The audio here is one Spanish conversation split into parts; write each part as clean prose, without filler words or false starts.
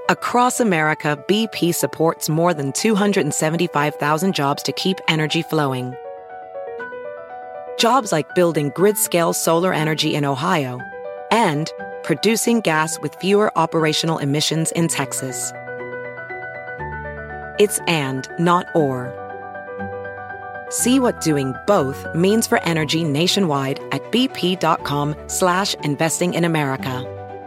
Across America, BP supports more than 275,000 jobs to keep energy flowing. Jobs like building grid-scale solar energy in Ohio and producing gas with fewer operational emissions in Texas. It's and, not or. See what doing both means for energy nationwide at bp.com/investing in America.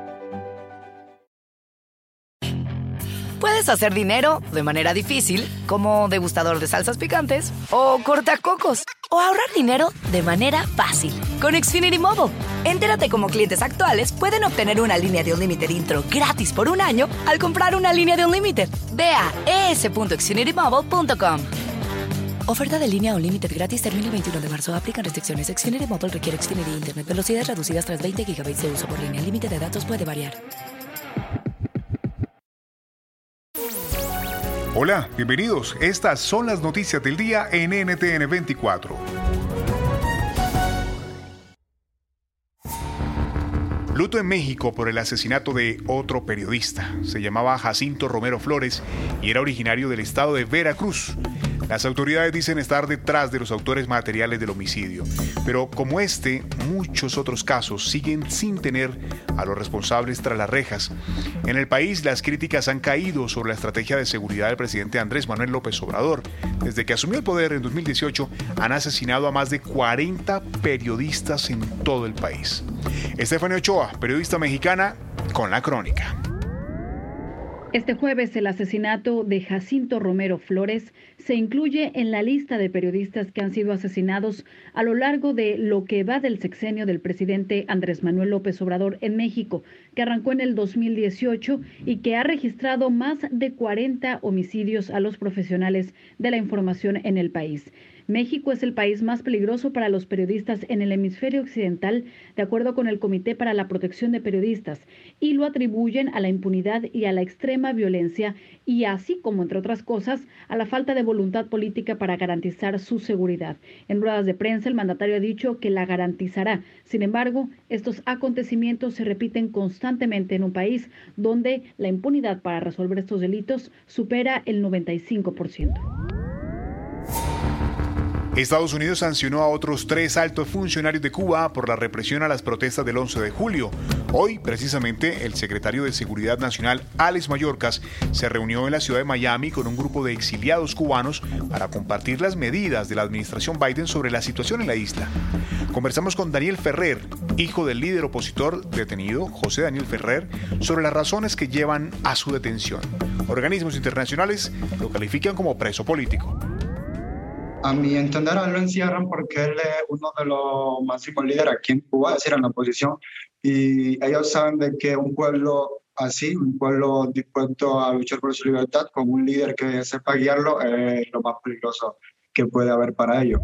Puedes hacer dinero de manera difícil, como degustador de salsas picantes, o cortacocos, o ahorrar dinero de manera fácil con Xfinity Mobile. Entérate cómo clientes actuales pueden obtener una línea de Unlimited intro gratis por un año al comprar una línea de Unlimited. Ve a es.xfinitymobile.com. Oferta de línea Unlimited gratis termina el 21 de marzo. Aplican restricciones. Xfinity Mobile requiere Xfinity Internet. Velocidades reducidas tras 20 GB de uso por línea. El límite de datos puede variar. Hola, bienvenidos. Estas son las noticias del día en NTN 24. Luto en México por el asesinato de otro periodista. Se llamaba Jacinto Romero Flores y era originario del estado de Veracruz. Las autoridades dicen estar detrás de los autores materiales del homicidio, pero como muchos otros casos siguen sin tener a los responsables tras las rejas. En el país, las críticas han caído sobre la estrategia de seguridad del presidente Andrés Manuel López Obrador. Desde que asumió el poder en 2018, han asesinado a más de 40 periodistas en todo el país. Estefanía Ochoa, periodista mexicana, con la crónica. Este jueves, el asesinato de Jacinto Romero Flores se incluye en la lista de periodistas que han sido asesinados a lo largo de lo que va del sexenio del presidente Andrés Manuel López Obrador en México, que arrancó en el 2018 y que ha registrado más de 40 homicidios a los profesionales de la información en el país. México es el país más peligroso para los periodistas en el hemisferio occidental, de acuerdo con el Comité para la Protección de Periodistas, y lo atribuyen a la impunidad y a la extrema violencia, y así como, entre otras cosas, a la falta de voluntad política para garantizar su seguridad. En ruedas de prensa, el mandatario ha dicho que la garantizará. Sin embargo, estos acontecimientos se repiten constantemente en un país donde la impunidad para resolver estos delitos supera el 95%. Estados Unidos sancionó a otros 3 altos funcionarios de Cuba por la represión a las protestas del 11 de julio. Hoy, precisamente, el secretario de Seguridad Nacional, Alex Mayorkas, se reunió en la ciudad de Miami con un grupo de exiliados cubanos para compartir las medidas de la administración Biden sobre la situación en la isla. Conversamos con Daniel Ferrer, hijo del líder opositor detenido, José Daniel Ferrer, sobre las razones que llevan a su detención. Organismos internacionales lo califican como preso político. A mi entender, a él lo encierran porque él es uno de los máximos líderes aquí en Cuba, es decir, en la oposición, y ellos saben de que un pueblo así, un pueblo dispuesto a luchar por su libertad, con un líder que sepa guiarlo, es lo más peligroso que puede haber para ellos.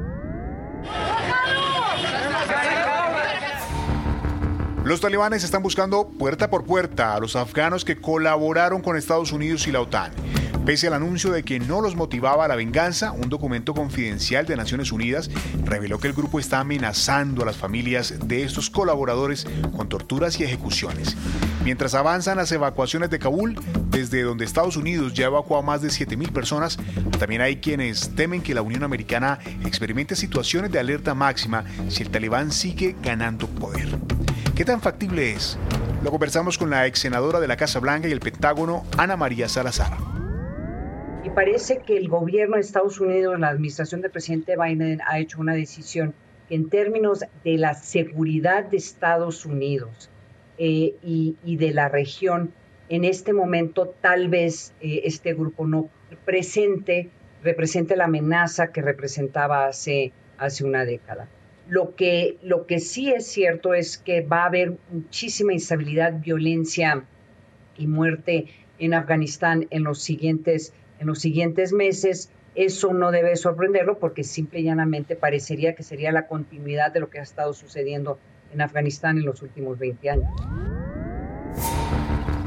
Los talibanes están buscando puerta por puerta a los afganos que colaboraron con Estados Unidos y la OTAN. Pese al anuncio de que no los motivaba a la venganza, un documento confidencial de Naciones Unidas reveló que el grupo está amenazando a las familias de estos colaboradores con torturas y ejecuciones. Mientras avanzan las evacuaciones de Kabul, desde donde Estados Unidos ya evacuó a más de 7,000 personas, también hay quienes temen que la Unión Americana experimente situaciones de alerta máxima si el talibán sigue ganando poder. ¿Qué tan factible es? Lo conversamos con la ex senadora de la Casa Blanca y el Pentágono, Ana María Salazar. Y parece que el gobierno de Estados Unidos, la administración del presidente Biden, ha hecho una decisión que en términos de la seguridad de Estados Unidos y de la región, en este momento tal vez este grupo no represente la amenaza que representaba hace una década. Lo que sí es cierto es que va a haber muchísima instabilidad, violencia y muerte en Afganistán en los siguientes meses. Eso no debe sorprenderlo porque simple y llanamente parecería que sería la continuidad de lo que ha estado sucediendo en Afganistán en los últimos 20 años.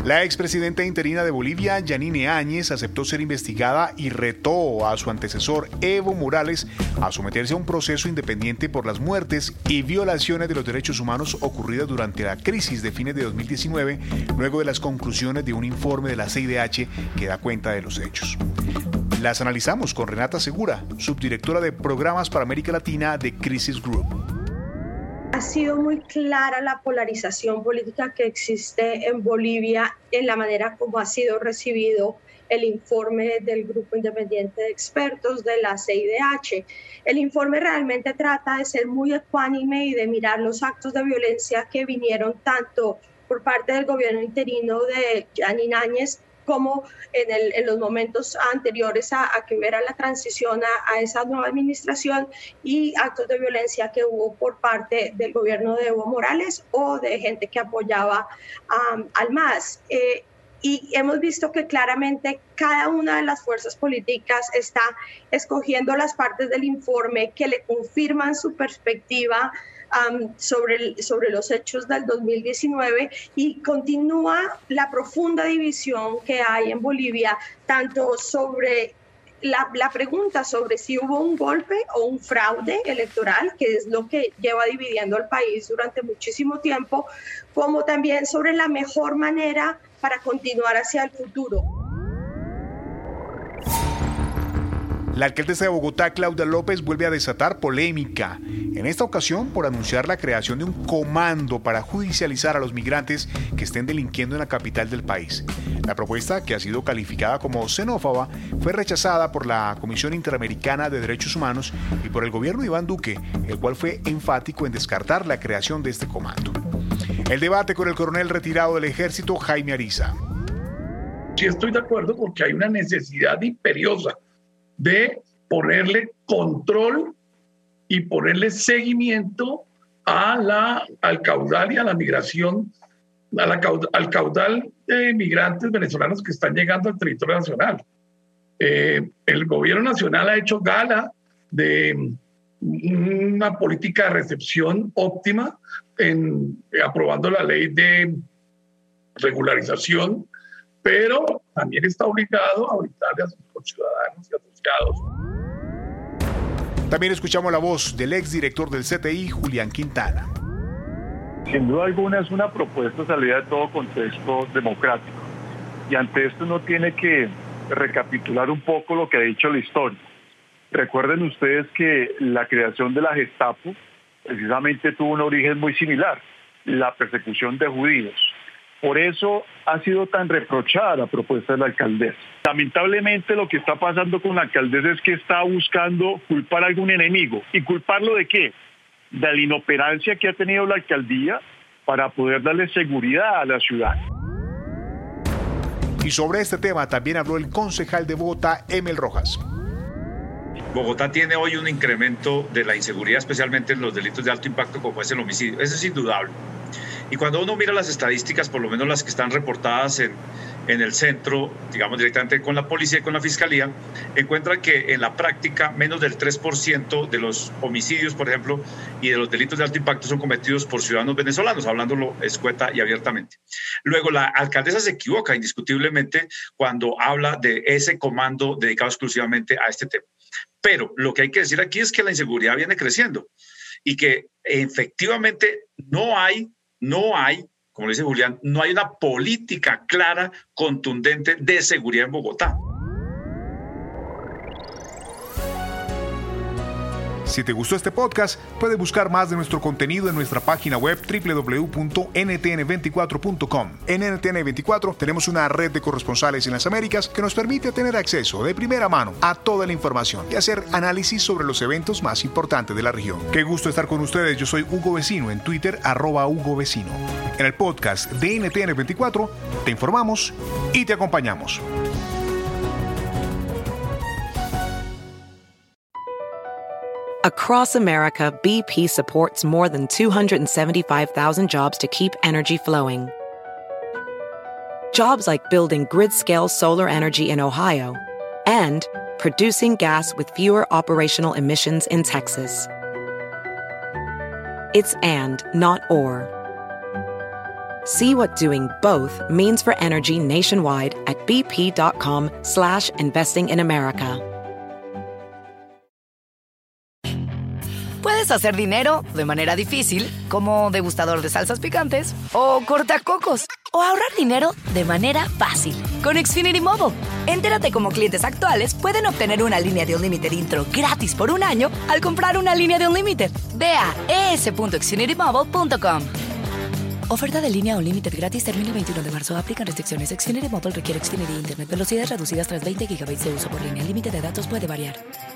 La expresidenta interina de Bolivia, Yanine Áñez, aceptó ser investigada y retó a su antecesor, Evo Morales, a someterse a un proceso independiente por las muertes y violaciones de los derechos humanos ocurridas durante la crisis de fines de 2019, luego de las conclusiones de un informe de la CIDH que da cuenta de los hechos. Las analizamos con Renata Segura, subdirectora de Programas para América Latina de Crisis Group. Ha sido muy clara la polarización política que existe en Bolivia en la manera como ha sido recibido el informe del Grupo Independiente de Expertos de la CIDH. El informe realmente trata de ser muy ecuánime y de mirar los actos de violencia que vinieron tanto por parte del gobierno interino de Yanine Áñez como en los momentos anteriores a que hubiera la transición a esa nueva administración y actos de violencia que hubo por parte del gobierno de Evo Morales o de gente que apoyaba al MAS. Y hemos visto que claramente cada una de las fuerzas políticas está escogiendo las partes del informe que le confirman su perspectiva sobre los hechos del 2019 y continúa la profunda división que hay en Bolivia, tanto sobre la pregunta sobre si hubo un golpe o un fraude electoral, que es lo que lleva dividiendo al país durante muchísimo tiempo, como también sobre la mejor manera para continuar hacia el futuro. La alcaldesa de Bogotá, Claudia López, vuelve a desatar polémica, en esta ocasión por anunciar la creación de un comando para judicializar a los migrantes que estén delinquiendo en la capital del país. La propuesta, que ha sido calificada como xenófoba, fue rechazada por la Comisión Interamericana de Derechos Humanos y por el gobierno de Iván Duque, el cual fue enfático en descartar la creación de este comando. El debate con el coronel retirado del Ejército, Jaime Ariza. Sí, estoy de acuerdo porque hay una necesidad imperiosa de ponerle control y ponerle seguimiento al caudal y a la migración, al caudal de migrantes venezolanos que están llegando al territorio nacional. El gobierno nacional ha hecho gala de una política de recepción óptima aprobando la ley de regularización, pero también está obligado a brindarle a sus ciudadanos y asociados. También escuchamos la voz del exdirector del CTI, Julián Quintana. Sin duda alguna es una propuesta salida de todo contexto democrático. Y ante esto uno tiene que recapitular un poco lo que ha dicho la historia. Recuerden ustedes que la creación de la Gestapo precisamente tuvo un origen muy similar, la persecución de judíos. Por eso ha sido tan reprochada la propuesta de la alcaldesa. Lamentablemente lo que está pasando con la alcaldesa es que está buscando culpar a algún enemigo. ¿Y culparlo de qué? De la inoperancia que ha tenido la alcaldía para poder darle seguridad a la ciudad. Y sobre este tema también habló el concejal de Bogotá, Emel Rojas. Bogotá tiene hoy un incremento de la inseguridad, especialmente en los delitos de alto impacto como es el homicidio. Eso es indudable. Y cuando uno mira las estadísticas, por lo menos las que están reportadas en el centro, digamos directamente con la policía y con la fiscalía, encuentra que en la práctica menos del 3% de los homicidios, por ejemplo, y de los delitos de alto impacto son cometidos por ciudadanos venezolanos, hablándolo escueta y abiertamente. Luego, la alcaldesa se equivoca indiscutiblemente cuando habla de ese comando dedicado exclusivamente a este tema. Pero lo que hay que decir aquí es que la inseguridad viene creciendo y que efectivamente no hay, como le dice Julián, no hay una política clara, contundente de seguridad en Bogotá. Si te gustó este podcast, puedes buscar más de nuestro contenido en nuestra página web www.ntn24.com. En NTN24 tenemos una red de corresponsales en las Américas que nos permite tener acceso de primera mano a toda la información y hacer análisis sobre los eventos más importantes de la región. Qué gusto estar con ustedes. Yo soy Hugo Vecino en Twitter, @HugoVecino. En el podcast de NTN24 te informamos y te acompañamos. Across America, BP supports more than 275,000 jobs to keep energy flowing. Jobs like building grid-scale solar energy in Ohio and producing gas with fewer operational emissions in Texas. It's and, not or. See what doing both means for energy nationwide at bp.com/investing in America. Puedes hacer dinero de manera difícil, como degustador de salsas picantes, o cortacocos, o ahorrar dinero de manera fácil con Xfinity Mobile. Entérate cómo clientes actuales pueden obtener una línea de Unlimited intro gratis por un año al comprar una línea de Unlimited. Ve a es.xfinitymobile.com. Oferta de línea Unlimited gratis termina el 21 de marzo. Aplican restricciones. Xfinity Mobile requiere Xfinity Internet. Velocidades reducidas tras 20 GB de uso por línea. El límite de datos puede variar.